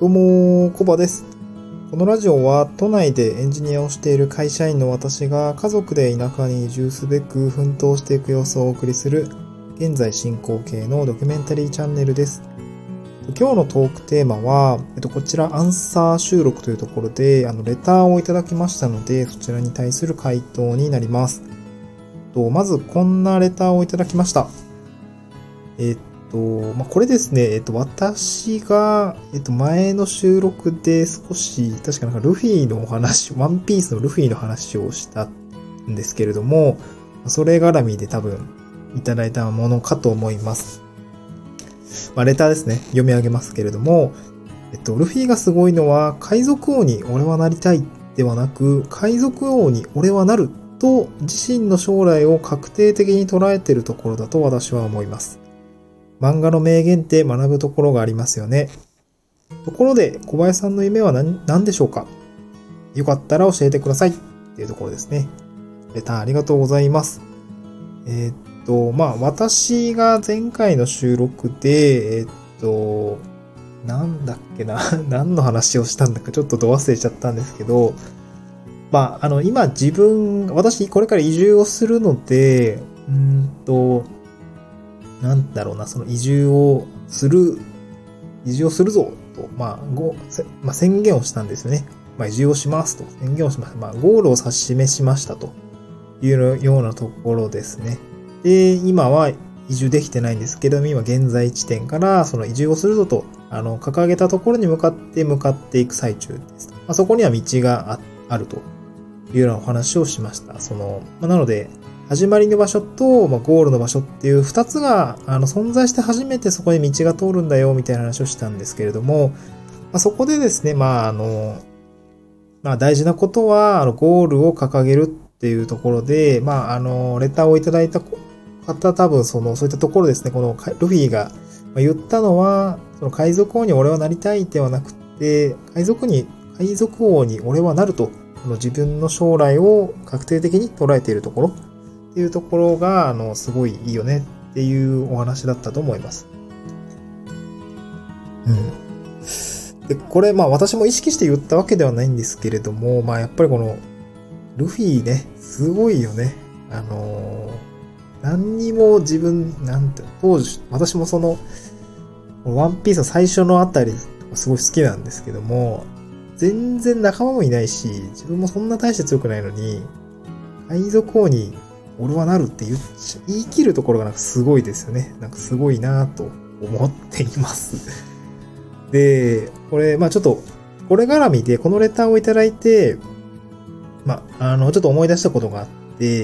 どうも、コバです。このラジオは都内でエンジニアをしている会社員の私が家族で田舎に移住すべく奮闘していく様子をお送りする現在進行形のドキュメンタリーチャンネルです。今日のトークテーマは、こちらアンサー収録というところでレターをいただきましたので、そちらに対する回答になります。まずこんなレターをいただきました。これですね、私が、前の収録で少し、確かルフィのお話、ワンピースのルフィの話をしたんですけれども、それ絡みで多分いただいたものかと思います。レターですね、読み上げますけれども、ルフィがすごいのは、海賊王に俺はなりたいではなく、海賊王に俺はなると自身の将来を確定的に捉えているところだと私は思います。漫画の名言って学ぶところがありますよね。ところで、小林さんの夢は何でしょうか？よかったら教えてください。っていうところですね。レターありがとうございます。私が前回の収録で、なんだっけな、何の話をしたんだかちょっとど忘れちゃったんですけど、今私これから移住をするので、その移住をするぞと、宣言をしたんですよね。移住をしますと宣言をしました。ゴールを指し示しましたというようなところですね。で、今は移住できてないんですけども、今現在地点からその移住をするぞと、掲げたところに向かっていく最中です。そこには道があるというようなお話をしました。なので、始まりの場所と、ゴールの場所っていう二つが存在して初めてそこに道が通るんだよみたいな話をしたんですけれども、そこでですね、大事なことはゴールを掲げるっていうところで、レターをいただいた方多分そういったところですね、このルフィが言ったのは、その海賊王に俺はなりたいではなくて、海賊王に俺はなると、自分の将来を確定的に捉えているところっていうところが、すごいいいよねっていうお話だったと思います。で、これ、私も意識して言ったわけではないんですけれども、やっぱりこの、ルフィね、すごいよね。何にも当時、私もワンピースの最初のあたり、すごい好きなんですけども、全然仲間もいないし、自分もそんな大して強くないのに、海賊王に俺はなるって言い切るところがすごいですよね。すごいなぁと思っています。で、これ、ちょっと、これ絡みでこのレターをいただいて、ちょっと思い出したことがあって、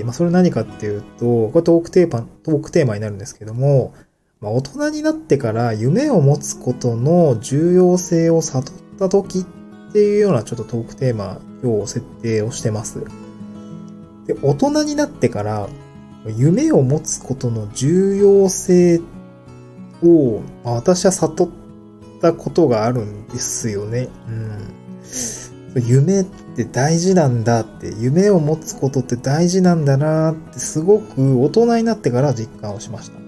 それ何かっていうと、これトークテーマになるんですけども、大人になってから夢を持つことの重要性を悟った時っていうようなちょっとトークテーマ、今日設定をしてます。で、大人になってから夢を持つことの重要性を私は悟ったことがあるんですよね。夢って大事なんだって、夢を持つことって大事なんだなってすごく大人になってから実感をしました。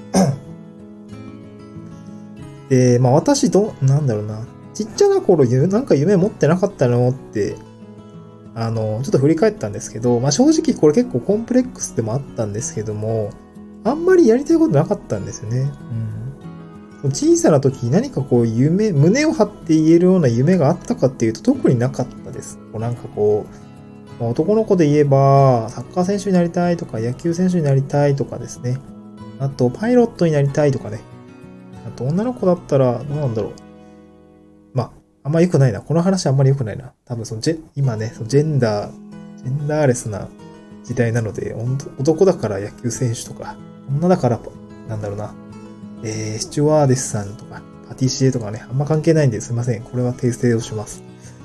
で、私ちっちゃな頃夢持ってなかったのってちょっと振り返ったんですけど、正直これ結構コンプレックスでもあったんですけども、あんまりやりたいことなかったんですよね。小さな時何か胸を張って言えるような夢があったかっていうと特になかったです。男の子で言えば、サッカー選手になりたいとか、野球選手になりたいとかですね。あと、パイロットになりたいとかね。あと、女の子だったら、どうなんだろう。あんま良くないな。この話あんまり良くないな。多分今ね、ジェンダーレスな時代なので、男だから野球選手とか、女だから、スチュワーデスさんとか、パティシエとかね、あんま関係ないんですいません。これは訂正をします。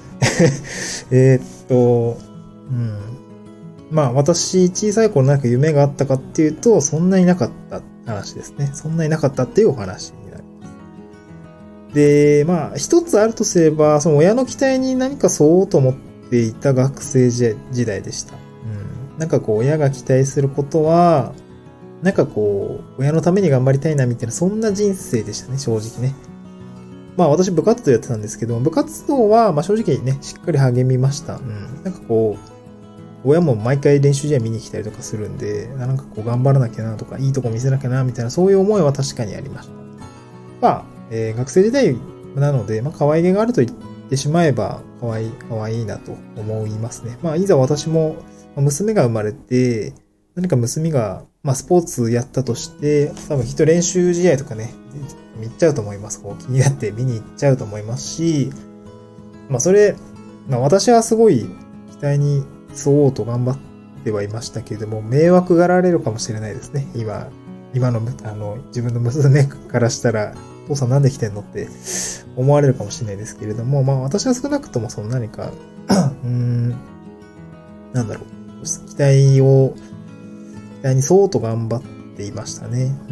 私、小さい頃夢があったかっていうと、そんなになかった話ですね。そんなになかったっていうお話。で、一つあるとすれば、その親の期待に何か沿おうと思っていた学生時代でした。親が期待することは、親のために頑張りたいなみたいな、そんな人生でしたね、正直ね。 まあ私部活動やってたんですけど、部活動はまあ正直ね、しっかり励みました。うん。なんかこう、親も毎回練習試合見に来たりとかするんで、なんかこう頑張らなきゃなとか、いいとこ見せなきゃなみたいな、そういう思いは確かにありました。まあ、学生時代なので、まあ可愛げがあると言ってしまえば、可愛いなと思いますね。まあいざ私も娘が生まれて、何か娘が、まあスポーツやったとして、多分きっと練習試合とかね、見っちゃうと思います。こう気になって見に行っちゃうと思いますし、まあそれ、まあ私はすごい期待に沿おうと頑張ってはいましたけれども、迷惑がられるかもしれないですね。今の、自分の娘からしたら、父さんなんで来てんのって思われるかもしれないですけれども、まあ私は少なくともその何か、なんだろう、期待に沿おうと頑張っていましたね。うん。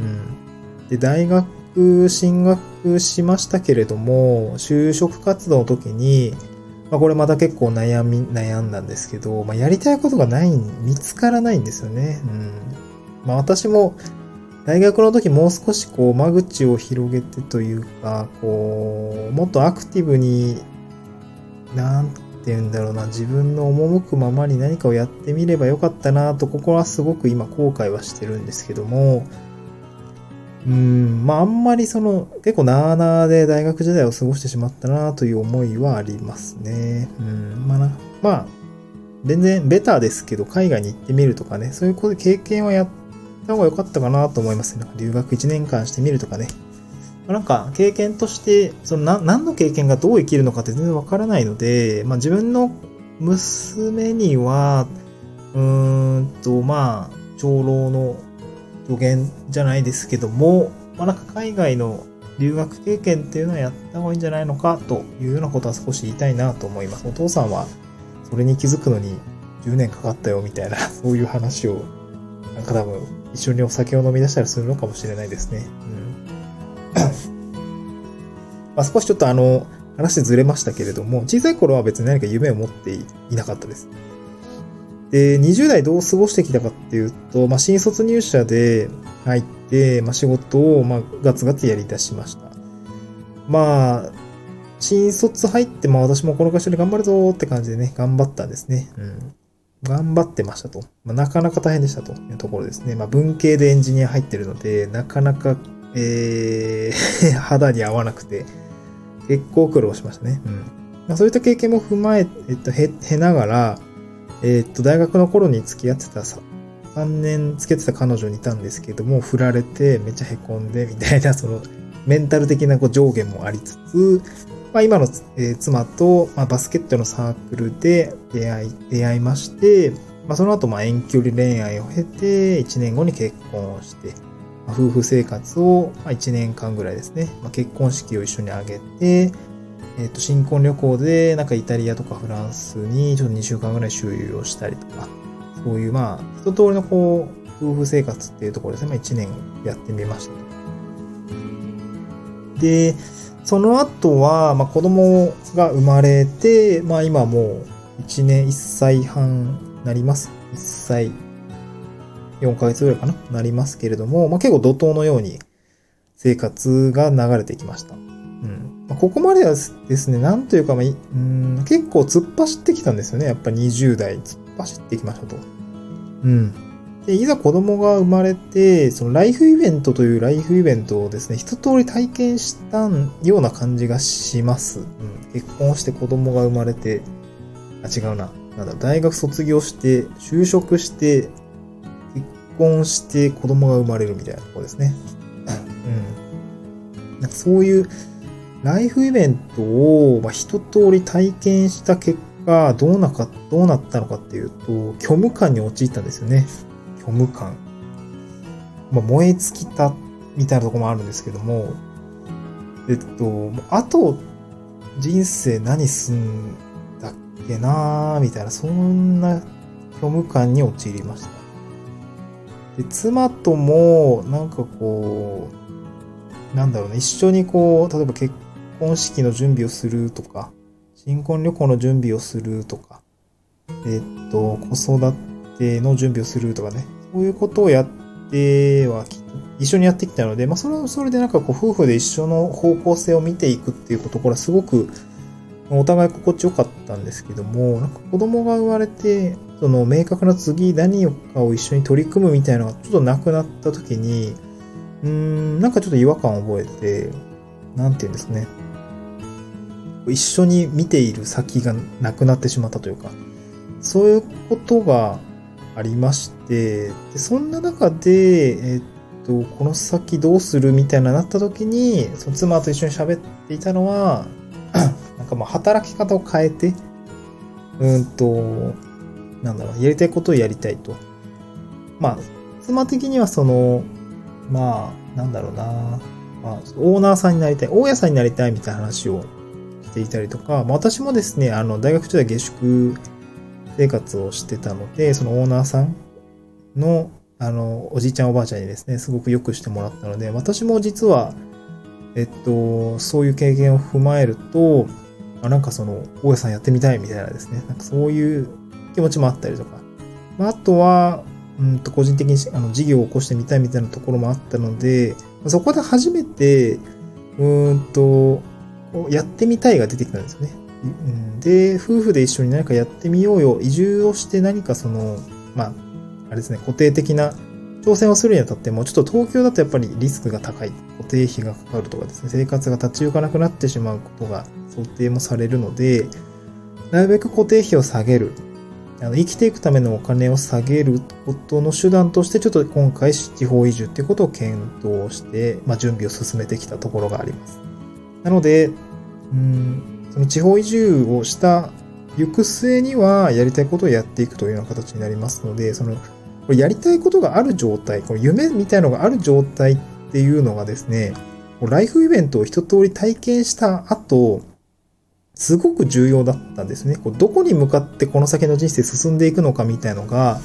で、大学進学しましたけれども、就職活動の時に、まあこれまた結構悩んだんですけど、まあやりたいことが見つからないんですよね。うん。まあ私も大学の時もう少しこう間口を広げてというか、こう、もっとアクティブに、なんて言うんだろうな、自分の赴くままに何かをやってみればよかったなと、ここはすごく今後悔はしてるんですけども、まああんまり結構なーなーで大学時代を過ごしてしまったなという思いはありますね。まあ、全然ベターですけど、海外に行ってみるとかね、そういう経験はやった方が良かったかなと思います。なんか留学1年間してみるとかね。なんか経験として、何の経験がどう生きるのかって全然わからないので、まあ自分の娘には、まあ、長老の助言じゃないですけども、まあなんか海外の留学経験っていうのはやった方がいいんじゃないのかというようなことは少し言いたいなと思います。お父さんはそれに気づくのに10年かかったよみたいな、そういう話を、なんか多分一緒にお酒を飲み出したりするのかもしれないですね。まあ少しちょっと話ずれましたけれども、小さい頃は別に何か夢を持っていなかったです。で、20代どう過ごしてきたかっていうと、まあ、新卒入社で入って、まあ、仕事を、まあ、ガツガツやり出しました。まあ、新卒入って、まあ、私もこの会社で頑張るぞーって感じでね、頑張ったんですね。頑張ってましたと。まあ、なかなか大変でしたというところですね。まあ、文系でエンジニア入ってるので、なかなか、肌に合わなくて、結構苦労しましたね。まあ、そういった経験も踏まえ、経ながら、大学の頃に付き合ってた3年付き合ってた彼女にいたんですけども、振られてめっちゃ凹んでみたいな、メンタル的な上下もありつつ、まあ今の、妻と、まあ、バスケットのサークルで出会いまして、まあその後まあ遠距離恋愛を経て、1年後に結婚して、まあ、夫婦生活を、まあ、1年間ぐらいですね、まあ、結婚式を一緒に挙げて、新婚旅行で、なんかイタリアとかフランスにちょっと2週間ぐらい周遊をしたりとか、そういうまあ、一通りの夫婦生活っていうところですね、まあ1年やってみました。で、その後は、まあ子供が生まれて、まあ今もう1歳半なります。1歳4ヶ月ぐらいかななりますけれども、まあ結構怒涛のように生活が流れてきました。ここまではですね、なんというか、結構突っ走ってきたんですよね。やっぱ20代突っ走ってきましたと。で、いざ子供が生まれて、そのライフイベントというライフイベントをですね、一通り体験したような感じがします。結婚して子供が生まれて、違うな。大学卒業して、就職して、結婚して子供が生まれるみたいなところですね。なんかそういう、ライフイベントを一通り体験した結果、どうなったのかっていうと、虚無感に陥ったんですよね。虚無感。燃え尽きたみたいなところもあるんですけども、あと、人生何すんだっけなーみたいな、そんな虚無感に陥りました。で、妻とも、なんかこう、なんだろうね、一緒にこう、例えば結婚式の準備をするとか、新婚旅行の準備をするとか、子育ての準備をするとかね、そういうことをやってはき一緒にやってきたので、それはそれでこう、夫婦で一緒の方向性を見ていくっていうところはすごく、お互い心地よかったんですけども、子供が生まれて、その明確な次何かを一緒に取り組むみたいなのがちょっとなくなった時に、ちょっと違和感を覚えて、なんていうんですね。一緒に見ている先がなくなってしまったというか、そういうことがありまして、でそんな中で、この先どうするみたいななった時に、その妻と一緒に喋っていたのは、働き方を変えて、やりたいことをやりたいと。妻的にはオーナーさんになりたい、大家さんになりたいみたいな話をしていたりとか、私もですね、大学中で下宿生活をしてたので、そのオーナーさんの、おじいちゃんおばあちゃんにですね、すごく良くしてもらったので、私も実は、そういう経験を踏まえると、大家さんやってみたいみたいなですね、そういう気持ちもあったりとか、あとは、個人的に事業を起こしてみたいみたいなところもあったので、そこで初めて、やってみたいが出てきたんですよね。で、夫婦で一緒に何かやってみようよ。移住をして何か固定的な挑戦をするにあたっても、ちょっと東京だとやっぱりリスクが高い。固定費がかかるとかですね、生活が立ち行かなくなってしまうことが想定もされるので、なるべく固定費を下げる。生きていくためのお金を下げることの手段として、ちょっと今回地方移住っていうことを検討して、準備を進めてきたところがあります。なので、その地方移住をした行く末にはやりたいことをやっていくというような形になりますので、これやりたいことがある状態、この夢みたいなのがある状態っていうのがですね、ライフイベントを一通り体験した後、すごく重要だったんですね。どこに向かってこの先の人生進んでいくのかみたいなのが、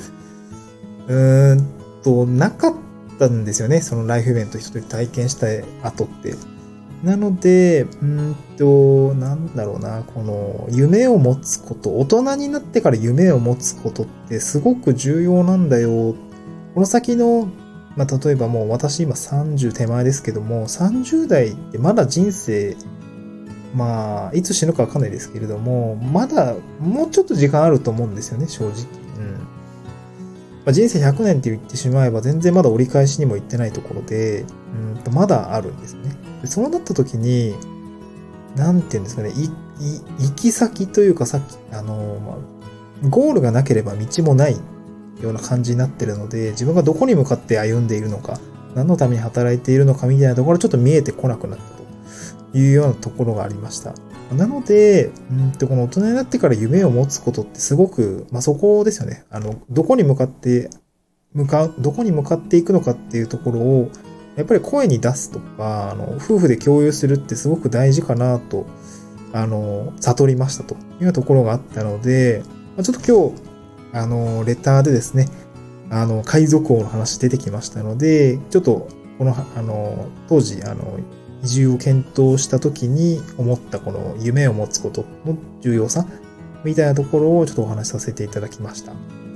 なかったんですよね。そのライフイベント一通り体験した後って。なので、この夢を持つこと、大人になってから夢を持つことってすごく重要なんだよ。この先の、例えばもう私今30手前ですけども、30代ってまだ人生、いつ死ぬかわかんないですけれども、まだもうちょっと時間あると思うんですよね、正直。人生100年って言ってしまえば全然まだ折り返しにも行ってないところで、まだあるんですね。そうなった時に、なんていうんですかね、行き先というかさっき、ゴールがなければ道もないような感じになってるので、自分がどこに向かって歩んでいるのか、何のために働いているのかみたいなところちょっと見えてこなくなったというようなところがありました。なので、この大人になってから夢を持つことってすごく、そこですよね。どこに向かっていくのかっていうところを、やっぱり声に出すとか、夫婦で共有するってすごく大事かなと、悟りましたというようなところがあったので、ちょっと今日、レターでですね、海賊王の話出てきましたので、ちょっと、当時、移住を検討した時に思ったこの夢を持つことの重要さみたいなところをちょっとお話しさせていただきました。はい。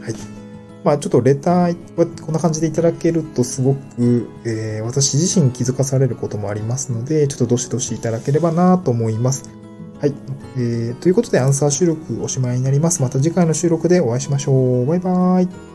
ちょっとレターはこんな感じでいただけるとすごく、私自身気づかされることもありますので、ちょっとどしどしいただければなと思います。はい。ということでアンサー収録おしまいになります。また次回の収録でお会いしましょう。バイバーイ。